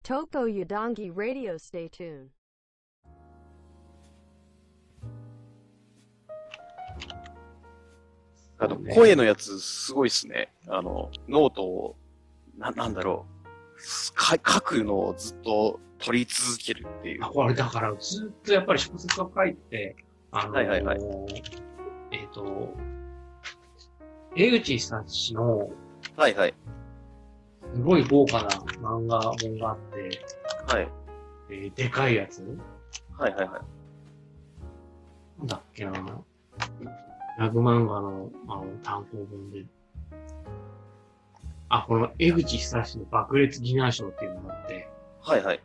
Toko Yadongi Radio Stay tuned. 声のやつすごいっすね。ノートを、なんだろう。書くのをずっと取り続けるっていう。 これだからずっとやっぱり小説を書いて、 はいはいはい。 江口久志の、 はいはい。 すごい豪華な漫画本があって、 はい。 でかいやつはいはいはい。 なんだっけなギャグ漫画の、単行本で。この江口久志の爆裂ディナーショーっていうのがあって。 はいはい。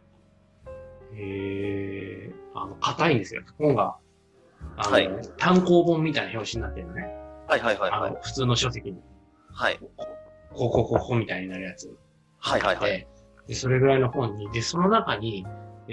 硬いんですよ。本が。 はい。 単行本みたいな表紙になってるのね。 はいはいはい、はい。 普通の書籍に。 はい。 こみたいになるやつ。 はいはいはい。 で、それぐらいの本に、で、その中に、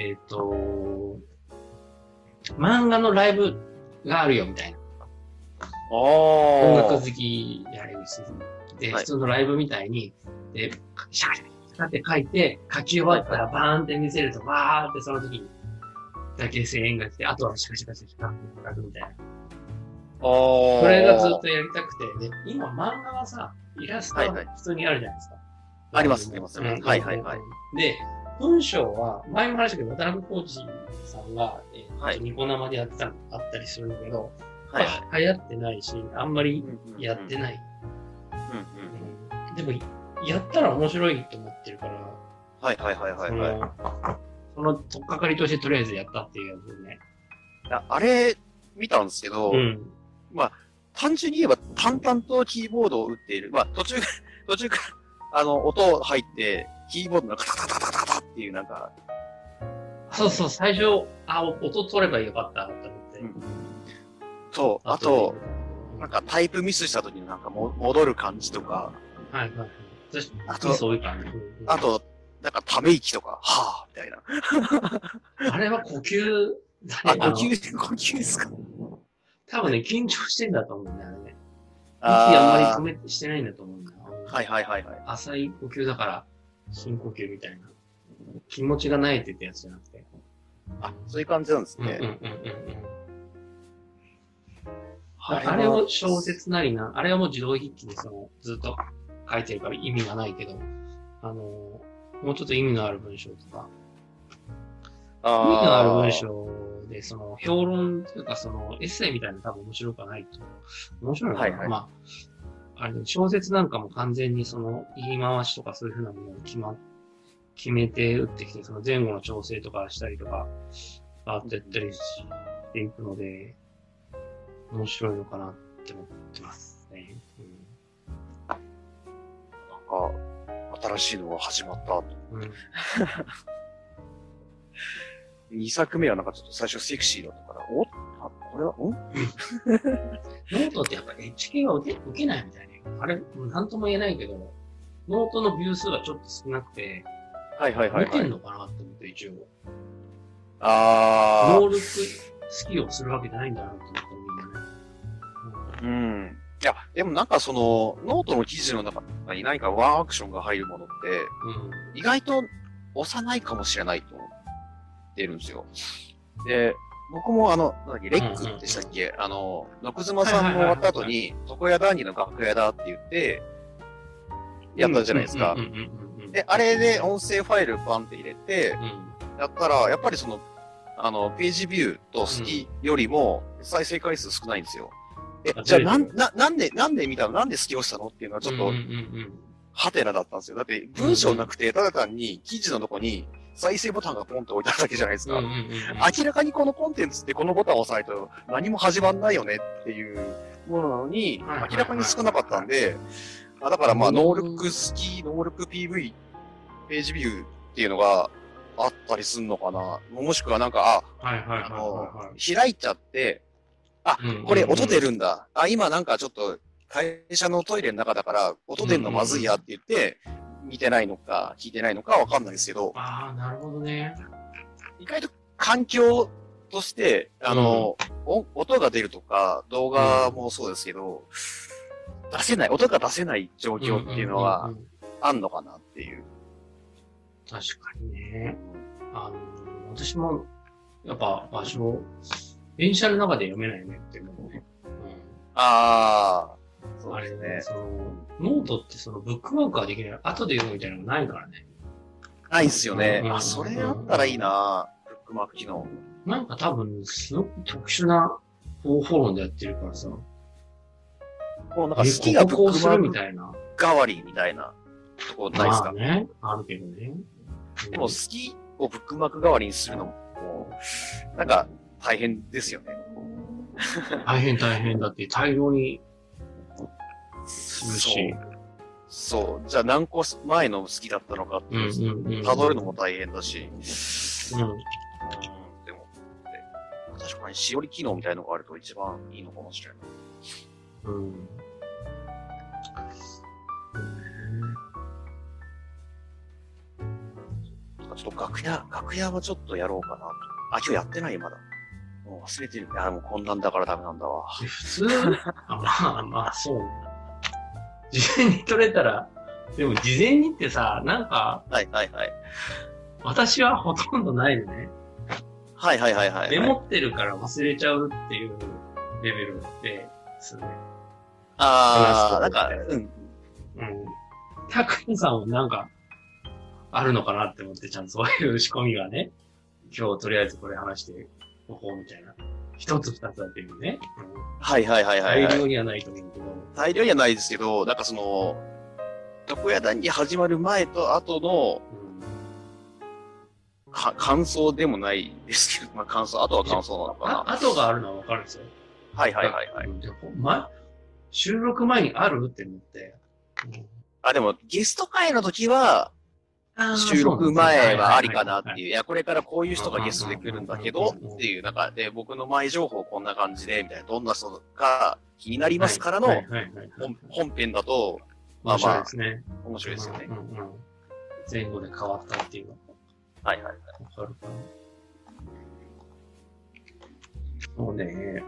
漫画のライブがあるよ、みたいな。音楽好きであれですで、普通のライブみたいに、で、シャカシャカシャカって書いて、書き終わったらバーンって見せると、バーってその時に、だけ声援が来て、あとはシャカシャカシャカって書くみたいな。それがずっとやりたくて、で、今漫画はさ、イラストは普通にあるじゃないですか。 あります、あります。はいはいはい。 で、文章は、前も話したけど、渡辺浩二さんが、ニコ生でやってたのあったりするんだけど、流行ってないし、あんまりやってない。でも、やったら面白いと思ってるから、 はいはいはいはいはい。 その、とっかかりとしてとりあえずやったっていうやつでね。 あれ、見たんですけど、まあ、単純に言えば淡々とキーボードを打っている。まあ、途中から、音入って、キーボードのカタカタカタカタっていうなんか。 そうそう、最初、音取ればよかったと思って。 そう、あと、なんかタイプミスした時になんか戻る感じとか。 はいはい。 あと、 そういう感じ。 あと、なんかため息とか、はぁ、みたいな。 あれは呼吸だね。呼吸ですか？ 多分ね、緊張してんだと思うんだよね。息あんまり止めしてないんだと思うんだよ。 はいはいはいはい。 浅い呼吸だから、深呼吸みたいな。気持ちがないって言ったやつじゃなくて。 そういう感じなんですね。 あれを小説なりな、あれはもう自動筆記でずっと書いてるから意味がないけど、もうちょっと意味のある文章とか、意味のある文章で、評論というかエッセイみたいな多分面白くはないと。面白いのかな、はいはい、まあ、あれ、小説なんかも完全に言い回しとかそういうふうなものを決めて打ってきて、前後の調整とかしたりとか、変わっていったりしていくので、面白いのかなって思ってますね。 なんか、新しいのが始まったと。2作目はなんかちょっと最初セクシーだったから、これはノートってやっぱ HK は受けないみたいね。あれ、なんとも言えないけど、ノートのビュー数がちょっと少なくて、 はいはいはい、はい。 見てんのかなって思って一応。 ノール好きをするわけじゃないんだなって思ってみんなね。 いや、でもなんかノートの記事の中に何かワンアクションが入るものって、意外と幼いかもしれないと思ってるんですよ。で、僕もなんだっけ、レックでしたっけ、野妻さんも終わった後に、床屋談義の楽屋だって言って、やったじゃないですか。で、あれで音声ファイルパンって入れて、やったら、やっぱりページビューと好きよりも再生回数少ないんですよ。じゃあなんで見たの？なんで好きをしたのっていうのはちょっと、ハテナだったんですよ。だって文章なくて、ただ単に記事のとこに再生ボタンがポンと置いてあるだけじゃないですか。明らかにこのコンテンツってこのボタンを押さないと何も始まんないよねっていうものなのに、明らかに少なかったんで、だからまあ、ノールック好き、ノールック PV、ページビューっていうのがあったりすんのかな。もしくはなんか、開いちゃって、これ音出るんだ。今なんかちょっと会社のトイレの中だから音出るのまずいやって言って、見てないのか聞いてないのかわかんないですけど。 なるほどね。 意外と環境として、音が出るとか、動画もそうですけど、音が出せない状況っていうのは、あんのかなっていう。 確かにね。私も、やっぱ場所、電車の中で読めないねっていうのもね。 ああ、そうあれですね。 ノートってそのブックマークができない、後で読むみたいなのがないからね。 ないっすよね。 うんあ、それあったらいいな、ブックマーク機能。 なんか多分、すごく特殊な方法論でやってるからさ。 もうなんか好きがブここをするみックマークたいな。 代わりみたいなとこないですか？ まあね、あるけどね。 でも好きをブックマーク代わりにするのも、なんか大変ですよね。 大変だって大量にするし。 そう。じゃあ何個前の好きだったのかっていう、辿るのも大変だし。でも、確かにしおり機能みたいのがあると一番いいのかもしれない。ちょっと楽屋はちょっとやろうかなと。あ、今日やってないまだ。もう忘れてる。いや、もうこんなんだからダメなんだわ。 普通まあ、そう。事前に取れたら、でも事前にってさ、なんか、私はほとんどないよね。メモってるから忘れちゃうっていうレベルですね。 なんか、 たくさんはなんか、あるのかなって思って、ちゃんとそういう仕込みがね、今日とりあえずこれ話しておこうみたいな。一つ二つだっていうね。大量にはないと思うけど。 大量にはないですけど、なんかその、床屋談義始まる前と後の、感想でもないですけど、まあ感想、後は感想なのかな。 後があるのはわかるんですよ。収録前にあるって思って。 でもゲスト会の時は、収録前はありかなっていう。いや、これからこういう人がゲストで来るんだけど、っていう中で、僕の前情報こんな感じで、みたいな、どんな人か気になりますからの、本編だと、まあまあ、面白いですよね。 前後で変わったっていうの。わかるかな。そうね。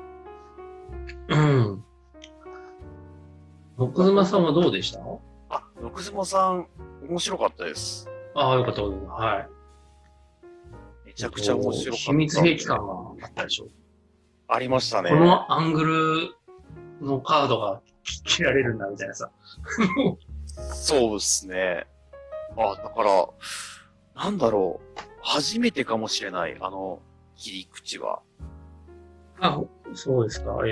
奥妻さんはどうでした？ 奥妻さん、面白かったです。 よかった。はい。 めちゃくちゃ面白かった。 秘密兵器感があったでしょ。 ありましたね。 このアングルのカードが切られるんだみたいなさ。 そうですね。だから、なんだろう。初めてかもしれない、切り口は。 そうですか。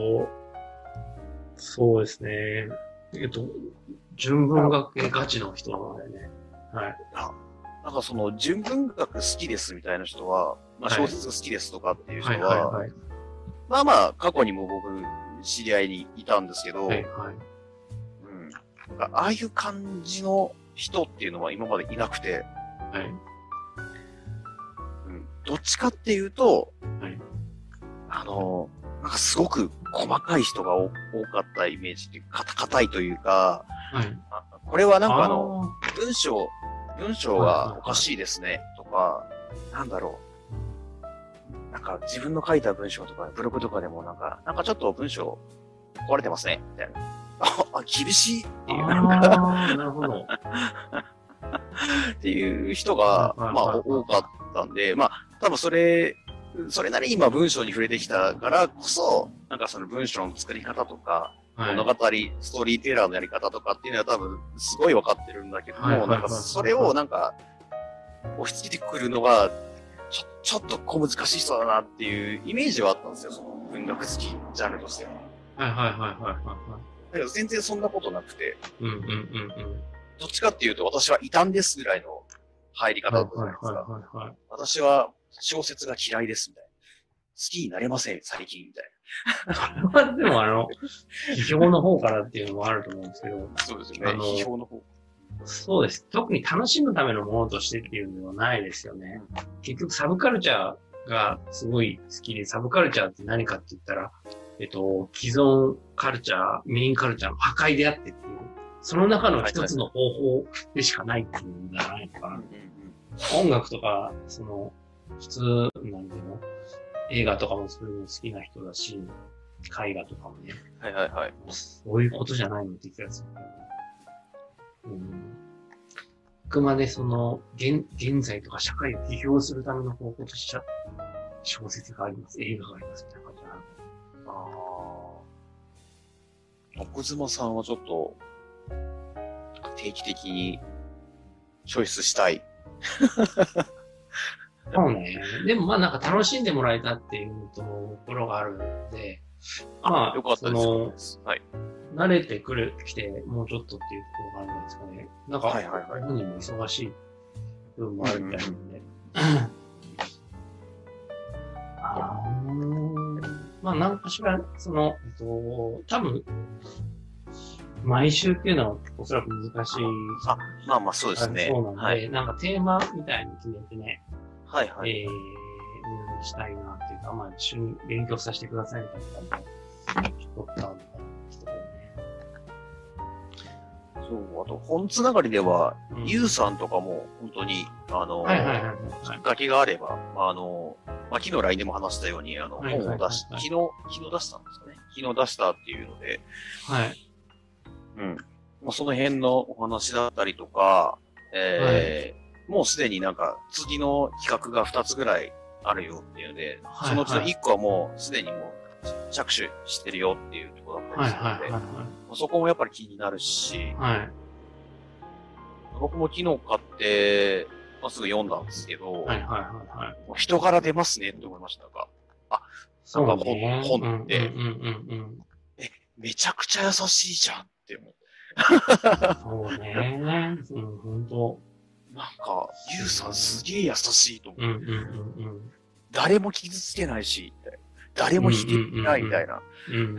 そうですね。純文学系ガチの人なんだよね。 なんかその、純文学好きですみたいな人は、まあ小説好きですとかっていう人は、まあまあ、過去にも僕、知り合いにいたんですけど、なんかああいう感じの人っていうのは今までいなくて、どっちかっていうと、なんかすごく細かい人が多かったイメージっていうか、硬いというか、これはなんか文章がおかしいですね、とか、なんだろう。なんか自分の書いた文章とか、ブログとかでもなんかちょっと文章壊れてますね、みたいな。厳しいっていう。 なるほど。 っていう人が、まあ多かったんで、まあ多分それなりに今文章に触れてきたからこそ、なんかその文章の作り方とか、物語、ストーリーテラーのやり方とかっていうのは多分すごい分かってるんだけども、なんかそれをなんか押し付けてくるのが、ちょっと小難しい人だなっていうイメージはあったんですよ、その文学好きジャンルとしては。だけど全然そんなことなくて、どっちかっていうと私は異端ですぐらいの入り方だったじゃないですか。私は小説が嫌いですみたいな。好きになれません、最近みたいな。 それはでも批評の方からっていうのもあると思うんですけど。 そうですよね、批評の方。 そうです。特に楽しむためのものとしてっていうのはないですよね。結局サブカルチャーがすごい好きで、サブカルチャーって何かって言ったら、既存カルチャー、メインカルチャーの破壊であってっていう、その中の一つの方法でしかないっていうんじゃないのかな。音楽とか、普通、なんていうの、映画とかもそういうの好きな人だし、絵画とかもね。そういうことじゃないのって気がする。 くまでその、現在とか社会を批評するための方法として小説があります、映画がありますみたいな感じなの。 奥妻さんはちょっと、定期的にチョイスしたい。 そうね。でもまあなんか楽しんでもらえたっていうところがあるので、まあ、 よかったです。はい。 慣れてきて、もうちょっとっていうところがあるんですかね。なんか、 はいはいはい。 本人も忙しい部分もあるみたいなので。まあ、なんかしら、その、多分、毎週っていうのはおそらく難しい。 まあまあそうですね。 そうなんで、はい、なんかテーマみたいに決めてね。 はいはい。 したいなっていうか、まあ一緒に勉強させてくださいみたいな感じで、取ったんですけどね。 そう、あと、本つながりでは、ゆうさんとかも、本当に、きっかけがあれば、昨日 LINE でも話したように、本を出し、昨日出したんですかね。昨日出したっていうので、 はい。 その辺のお話だったりとか、もうすでになんか、次の企画が2つぐらいあるよっていうので、そのうちの1個はもう、すでにもう、着手してるよっていうところだったりするので、そこもやっぱり気になるし、僕も昨日買って、すぐ読んだんですけど、人柄出ますねって思いましたが、なんか本って、めちゃくちゃ優しいじゃんって思って。 そうね。本当。 なんか、ゆうさんすげえ優しいと思って。誰も傷つけないし、誰も否定しないみたいな。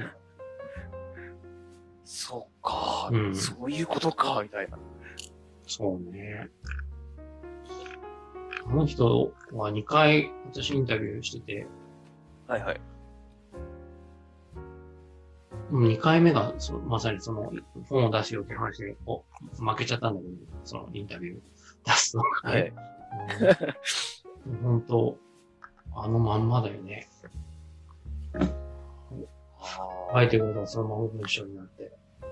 そっか、そういうことか、みたいな。 そうね。あの人は2回私インタビューしてて。 はいはい。 2回目がまさにその本を出すよって話で、負けちゃったんだけど、そのインタビュー出すのが、ね。本当、あのまんまだよね。書いてくれたらそのまま文章になって。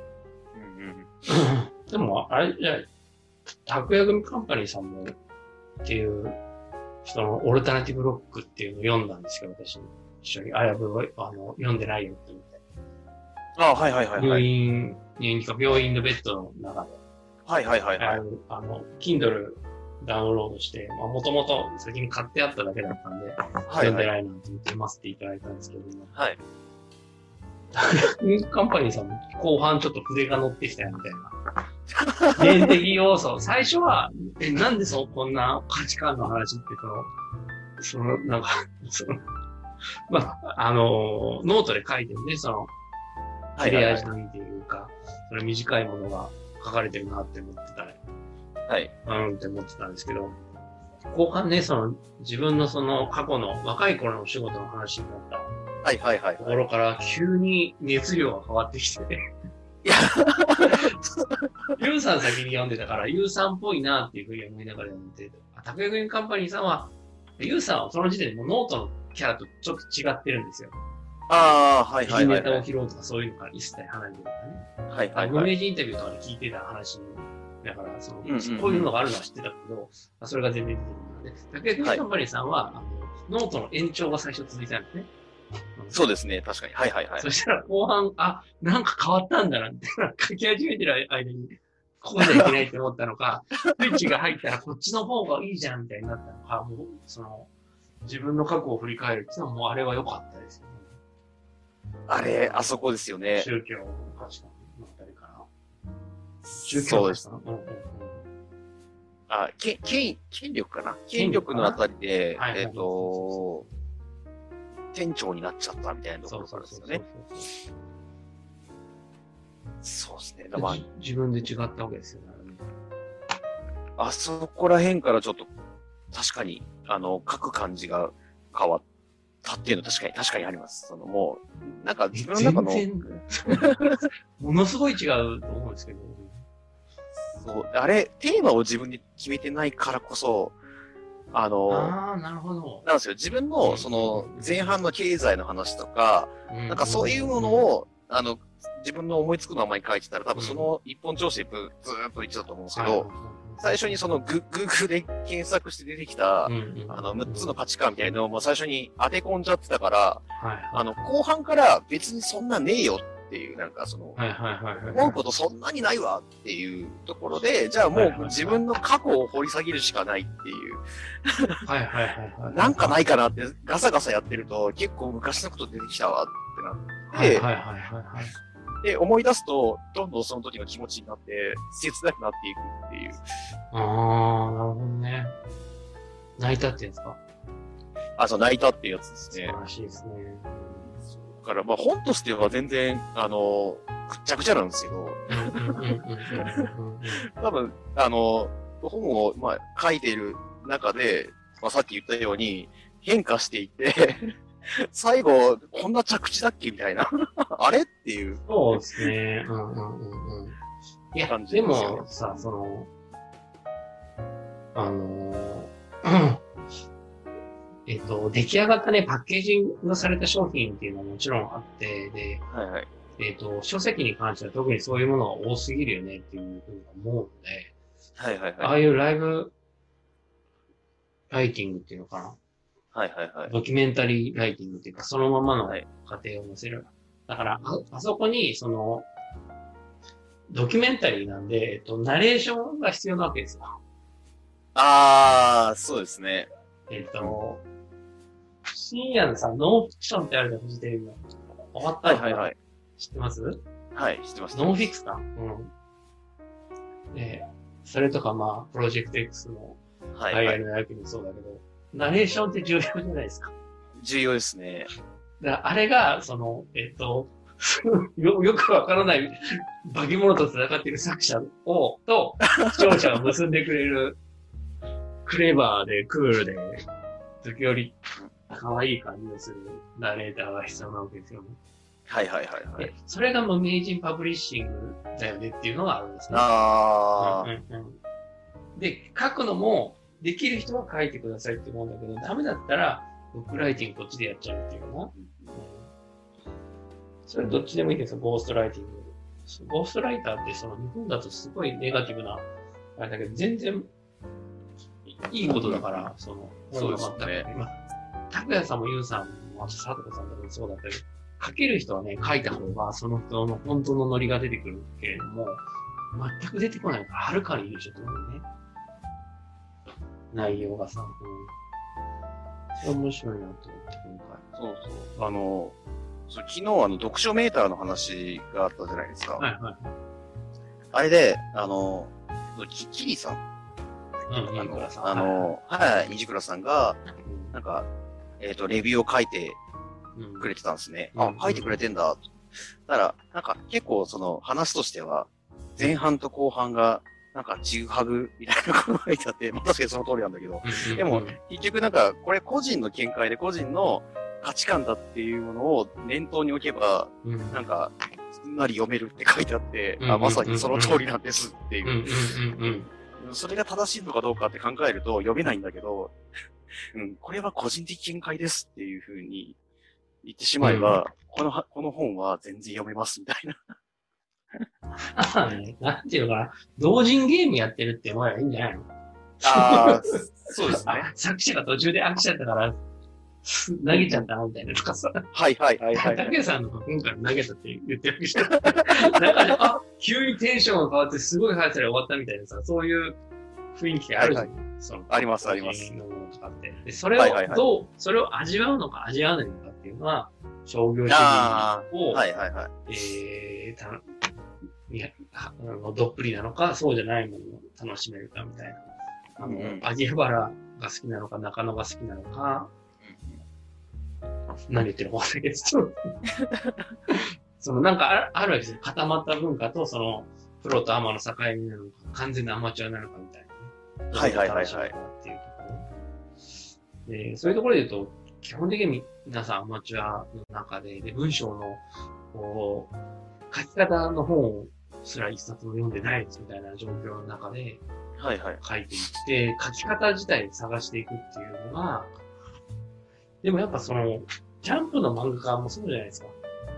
でも、あれじゃ拓也組カンパニーさんもっていう人のオルタナティブロックっていうのを読んだんですけど、私一緒に読んでないよって言って。 はいはいはい、はい。 病院のベッドの中で。 はいはいはい、はい。 Kindle ダウンロードして、もともと先に買ってあっただけだったんで、読んでないなと言って読ませていただいたんですけども。 はい。 カンパニーさんも後半ちょっと筆が乗ってきたよみたいな。原的要素。最初は、なんでこんな価値観の話ってなんか、ノートで書いてるね、切れ味のいいというか、それ短いものが書かれてるなって思ってたはい。 って思ってたんですけど、後半ね、自分の過去の若い頃のお仕事の話になったはいはいはい。 ところから急に熱量が変わってきて、 いや、 ユウさん先に読んでたから、ユウさんっぽいなっていうふうに思いながら読んでて、拓也組カンパニーさんは、ユウさんはその時点でもうノートのキャラとちょっと違ってるんですよ。 はいはいはい。 ネタを拾うとかそういうのから一切離れてるからね。 はいはい。 有名人インタビューとかで聞いてた話だから、こういうのがあるのは知ってたけど、それが全然出てくるので、拓也組カンパニーさんは、ノートの延長が最初続いたんですね。 そうですね、確かに。はいはいはい。 そしたら後半、なんか変わったんだなって、書き始めてる間に、ここじゃいけないって思ったのか、スイッチが入ったらこっちの方がいいじゃんみたいになったのか、もう、自分の過去を振り返るっていうのはもうあれは良かったですよね。 あそこですよね。 宗教の価値観のあたりから。 そうです。権力かな。権力のあたりで、店長になっちゃったみたいなところからですよね。そうですね。 自分で違ったわけですよね。 あそこら辺からちょっと、確かに、書く感じが変わったっていうのは確かにあります。もう、なんか自分の中の。 ものすごい違うと思うんですけど。 そう、テーマを自分で決めてないからこそ、 なるほど。 なんですよ。自分の、前半の経済の話とか、なんかそういうものを、自分の思いつくままに書いてたら、多分その一本調子でずーっと言ってたと思うんですけど、 最初にそのGoogle で検索して出てきた、6つの価値観みたいなのをもう最初に当て込んじゃってたから、後半から別にそんなねえよっていう、なんかその、思うことそんなにないわっていうところで、じゃあもう自分の過去を掘り下げるしかないっていう。なんかないかなってガサガサやってると結構昔のこと出てきたわってなって、で、思い出すと、どんどんその時の気持ちになって、切なくなっていくっていう。 ああ、なるほどね。泣いたってやつか。 そう、泣いたってやつですね。 素晴らしいですね。 だから、まあ、本としては全然、ぐっちゃぐちゃなんですけど、多分、本を、まあ、書いている中で、まあ、さっき言ったように、変化していって最後、こんな着地だっけみたいな。あれっていう。 そうですね。いや、でもさ、その、出来上がったね、パッケージングされた商品っていうのはもちろんあって、で、書籍に関しては特にそういうものが多すぎるよねっていうふうに思うので、ああいうライブライティングっていうのかな。ドキュメンタリーライティングっていうか、そのままの過程を載せる。だから、あそこに、その、ドキュメンタリーなんで、ナレーションが必要なわけですよ。 そうですね。 深夜のさ、ノンフィクションってあるじゃん、フジテレビの。終わったの知ってます？ はい、知ってます。 ノンフィクスか。それとかまあ、プロジェクト X の、IR の役にそうだけど、ナレーションって重要じゃないですか。 重要ですね。 あれが、その、よくわからない化け物と戦っている作者と視聴者が結んでくれる、クレバーでクールで、時折可愛い感じをするナレーターが必要なわけですよね。それがもう名人パブリッシングだよねっていうのがあるんですね。で、書くのも、できる人は書いてくださいって思うんだけど、ダメだったら、ブックライティングこっちでやっちゃうっていうのな。それどっちでもいいですよ、ゴーストライティング。ゴーストライターってその日本だとすごいネガティブな、あれだけど、全然いいことだから、 そうですね。 拓也さんもユウさんも、佐藤さんとかもそうだったけど、書ける人はね、書いた方がその人の本当のノリが出てくるけれども、全く出てこないからはるかに優秀と思うね。内容がさ、それ面白いなと思って、今回。 昨日読書メーターの話があったじゃないですか。あれで、キリさん。西倉さんが、なんか、レビューを書いてくれてたんですね。書いてくれてんだ。だから、なんか結構その話としては、前半と後半が、なんか、ちぐはぐみたいなことが書いてあって、確かにその通りなんだけど、でも、結局なんか、これ個人の見解で個人の価値観だっていうものを念頭に置けば、なんか、すんなり読めるって書いてあって、まさにその通りなんですっていう。それが正しいのかどうかって考えると読めないんだけど、これは個人的見解ですっていう風に言ってしまえば、この本は全然読めますみたいな。 なんていうのかな。同人ゲームやってるって思えばいいんじゃないの？ そうですね。 作者が途中で飽きちゃったから、投げちゃったみたいなとかさ。 竹谷さんの今回投げたって言ってる人。中で、急にテンションが変わってすごい速さで終わったみたいなさ、そういう雰囲気あるじゃん。 あります、あります。 で、それをそれを味わうのか味わわないのかっていうのは、商業主義を、どっぷりなのか、そうじゃないものを楽しめるかみたいな。秋葉原が好きなのか、中野が好きなのか、何言ってるか忘れてなんかあるわけですよ。固まった文化と、プロとアマの境目なのか、完全なアマチュアなのかみたいな。っていうところ。で、そういうところで言うと、基本的に皆さんアマチュアの中で、文章の、書き方の本すら一冊も読んでないみたいな状況の中で、書いていって、書き方自体探していくっていうのが、でもやっぱジャンプの漫画家もそうじゃないですか。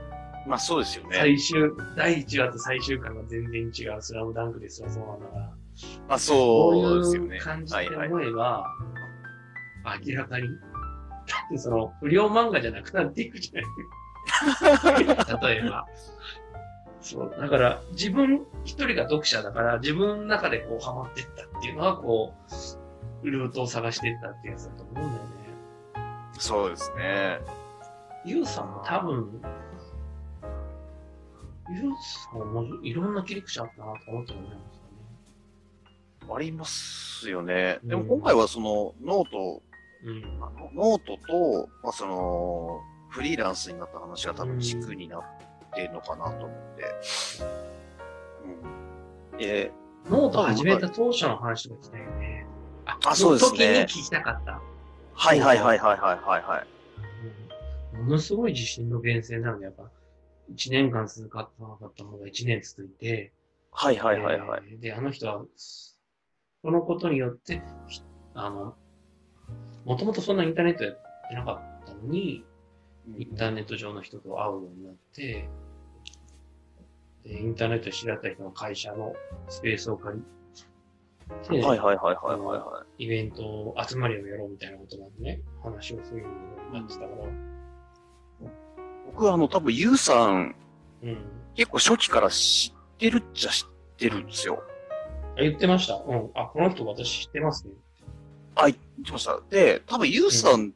そうですよね。 第1話と最終回が全然違うスラムダンクですらそうなんだから。 あ、そうですよね。 こういう感じで思えば、明らかに、その、不良漫画じゃなくなっていくじゃないですか。例えば。そう。だから、自分一人が読者だから、自分の中でこう、ハマっていったっていうのは、こう、ルートを探していったっていうやつだと思うんだよね。 そうですね。 ユウさんも多分、ユウさんもいろんな切り口あったなと思って思いましたね。 ありますよね。でも今回はそのノート、ノートと、まあ、その、フリーランスになった話が多分軸になってるのかなと思って。 ノート始めた当初の話とか聞きたいよね。 そうですね。 時に聞きたかった。 はい。 ものすごい自信の源泉なので、やっぱ、1年間続かなかったものが1年続いて、で、あの人は、そのことによって、もともとそんなインターネットやってなかったのに、インターネット上の人と会うようになって、で、インターネットで知り合った人の会社のスペースを借りて、イベント、集まりをやろうみたいなことなんでね、話をするようになってたから。 僕は多分ユウさん、結構初期から知ってるっちゃ知ってるんですよ。 言ってました。この人私知ってますね。 言ってました。で、多分ユウさんって、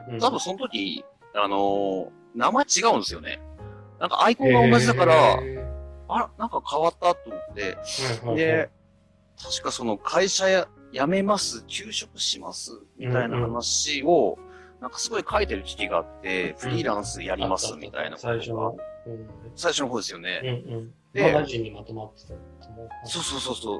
多分その時、名前違うんですよね。なんかアイコンが同じだから、なんか変わったと思って、で、確かその会社辞めます、休職します、みたいな話を、なんかすごい書いてる時期があって、フリーランスやります、みたいなことが。最初の方ですよね。 で、マガジンにまとまってた。 そう。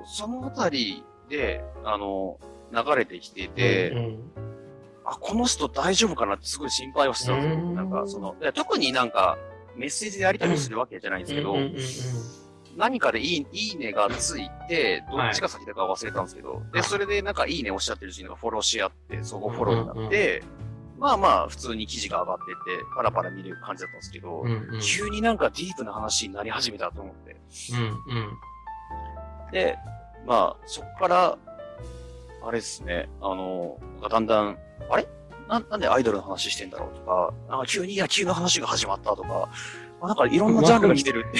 そのあたりで、流れてきてて、この人大丈夫かなってすごい心配をしてたんですよ。なんか特になんかメッセージでやり取りするわけじゃないんですけど、何かでいいねがついて、どっちが先だか忘れたんですけど、で、それでなんかいいねおっしゃってる人がフォローし合って、相互フォローになって、まあ、普通に記事が上がってて、パラパラ見れる感じだったんですけど、急になんかディープな話になり始めたと思って。で、まあ、そっから、あれですね、だんだん、なんでアイドルの話してんだろうとか、なんか急に野球の話が始まったとか、なんかいろんなジャンルが来てるって。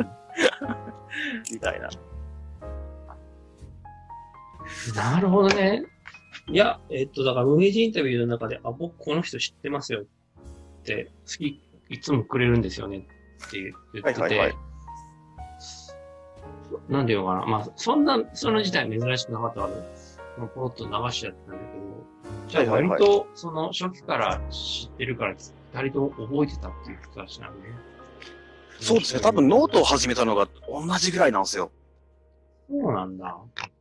みたいな。 なるほどね。いや、だから運営時インタビューの中で、僕この人知ってますよって、いつもくれるんですよねって言ってて、なんでよかな。まあ、その時代珍しくなかったから、ポロッと流しちゃってたんだけど、じゃあ割と、その初期から知ってるから、二人とも覚えてたっていう人たちなんで、ね。 そうですね。多分ノートを始めたのが同じぐらいなんですよ。 そうなんだ。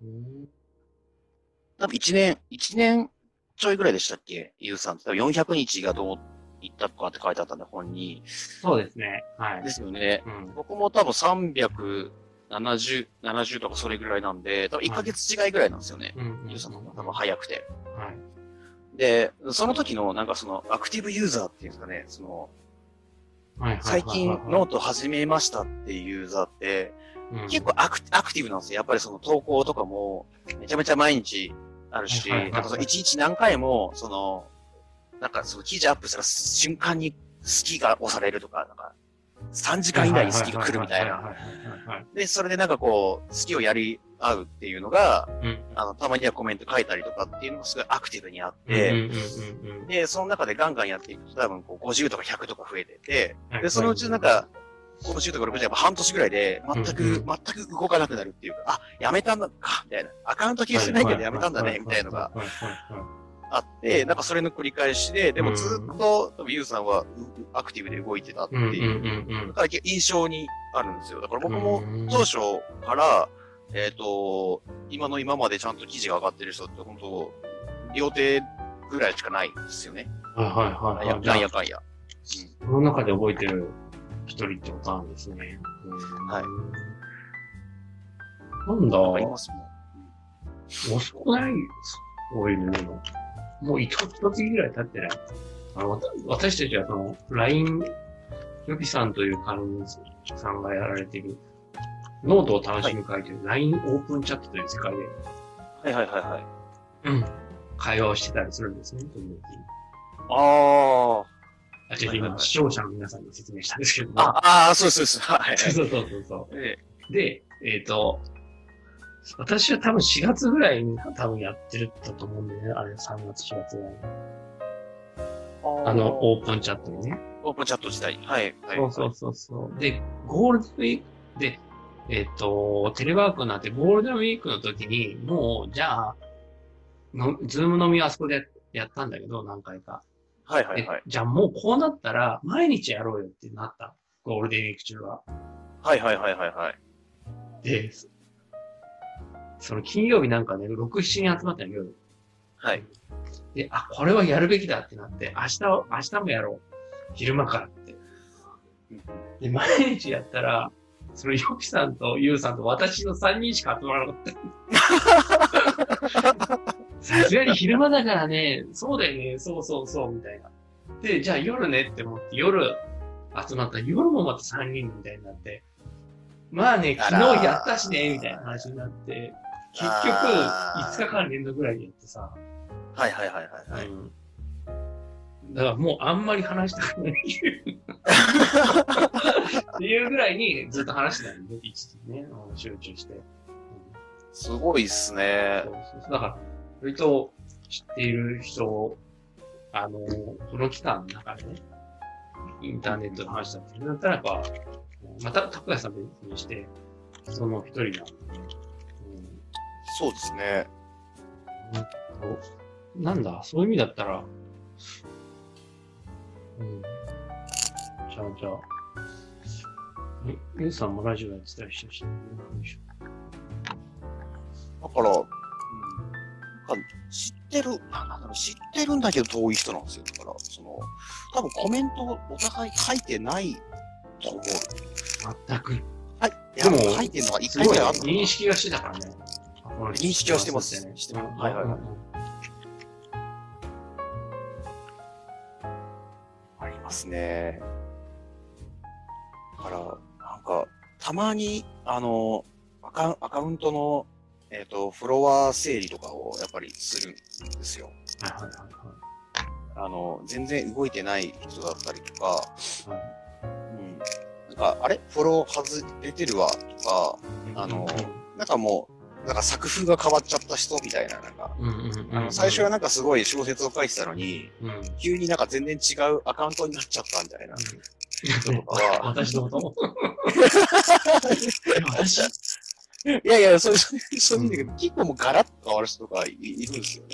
多分1年ちょいぐらいでしたっけユウさんって。多分400日がどういったとかって書いてあったんで、本に。 そうですね。はい。 ですよね。僕も多分370とかそれぐらいなんで、多分1ヶ月違いぐらいなんですよね。ユウさんの方が多分早くて。 はい。 で、その時のなんかアクティブユーザーっていうんですかね、最近ノート始めましたっていうユーザーって、結構アクティブなんですよ。やっぱり投稿とかもめちゃめちゃ毎日あるし、なんか1日何回もなんか記事アップしたら瞬間に好きが押されるとか、なんか3時間以内に好きが来るみたいな。で、それでなんか好きをやり合うっていうのが、たまにはコメント書いたりとかっていうのがすごいアクティブにあって、で、その中でガンガンやっていくと多分50とか100とか増えてて、で、そのうちなんか、50とか60とか半年ぐらいで全く動かなくなるっていうか、やめたんだか、みたいな。アカウント消してないけどやめたんだね、みたいなのがあって、なんかそれの繰り返しで、でもずっと、ユウさんはアクティブで動いてたっていう、だから印象にあるんですよ。だから僕も当初から、今までちゃんと記事が上がってる人って本当、両手ぐらいしかないんですよね。なんやかんや。 その中で覚えてる一人ってことなんですね。 はい。 なんだ。 ありますもん。 遅くないそういうの。もう一月ぐらい経ってない。私たちはLINE、ヨピさんという管理さんがやられているノートを楽しむ会という LINE オープンチャットという世界で、 はいはいはいはい。 会話をしてたりするんですね、時々。 あ今、視聴者の皆さんに説明したんですけども。 そうです。はい。 そう。で、私は多分4月ぐらいに多分やってると思うんでね、あれ3月4月ぐらいに。オープンチャットにね。 オープンチャット自体。はい。 そう。で、ゴールデンウィークで、テレワークになってゴールデンウィークの時に、もう、じゃあ、ズーム飲みはあそこでやったんだけど、何回か。 はい。 じゃあもうこうなったら、毎日やろうよってなった。ゴールデンウィーク中は。 はい。 で、その金曜日なんかね、6、7人集まったん夜。 はい。 で、これはやるべきだってなって、明日もやろう。昼間からって。で、毎日やったら、そのヨキさんとユウさんと私の3人しか集まらなかった。さすがに昼間だからね、そうだよね、そう、みたいな。で、じゃあ夜ねって思って、夜集まったら夜もまた3人みたいになって、まあね、昨日やったしね、みたいな話になって、結局、5日間連続ぐらいでやってさ。 はい。 だからもうあんまり話したくないっていうぐらいにずっと話してたんで、一時ね、集中して。 すごいっすね。 だから、割と知っている人、この期間の中でね、インターネットの話だったりだったら、やっぱ、また、拓也さん別にして、その一人なんで、 そうですね。 なんだ、そういう意味だったら、じゃあ、ユウさんもラジオやってたりしてるし、 だから、知ってるんだけど遠い人なんですよ。だから、多分コメントをお互い書いてないと思う。 全く。 はい。 でも、 書いてるのが一回ぐらいあった。 認識はしてたからね。 認識はしてますね。はい。ありますね。だから、なんか、たまに、アカウントの、フォロワー整理とかをやっぱりするんですよ。全然動いてない人だったりとか、なんか、フォロー外れてるわ、とか、なんかもう、なんか作風が変わっちゃった人みたいな、なんか、最初はなんかすごい小説を書いてたのに、急になんか全然違うアカウントになっちゃったみたいな人とかは。 私のこと私いや、そういう意味で結構もうガラッと変わる人がいるんですよね。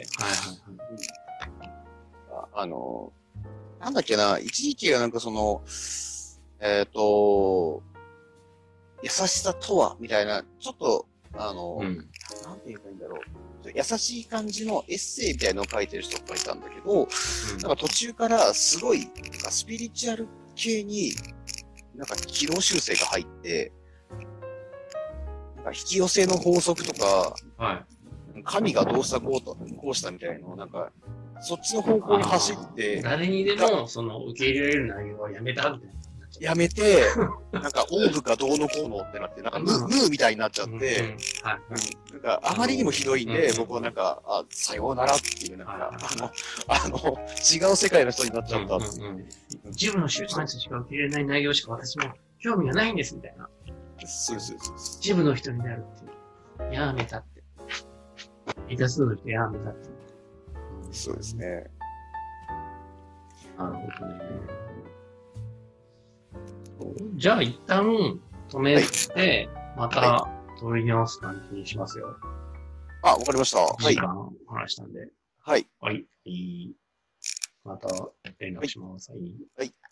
なんだっけな、一時期がなんか優しさとは、みたいな、ちょっと、なんて言えばいいんだろう。優しい感じのエッセイみたいなのを書いてる人がいたんだけど、なんか途中からすごい、なんかスピリチュアル系に、なんか軌道修正が入って、なんか引き寄せの法則とか、神がどうしたこうしたみたいなのなんか、そっちの方向に走って、 誰にでも、受け入れられる内容はやめたみたいな。 やめて、なんか、オーブかどうのこうのってなって、なんか、ムーみたいになっちゃって、なんか、あまりにもひどいんで、僕はなんか、さようならっていう、なんか、違う世界の人になっちゃった。 自分の手術にしか受け入れない内容しか私も興味がないんです、みたいな。 そう。 一部の人になるっていう。やめたって。多数の人やめたって。 そうですね。 なるほどね。じゃあ一旦止めて、また取り直す感じにしますよ。 わかりました。はい。 時間話したんで。 はい。 はい。また連絡します。 はい。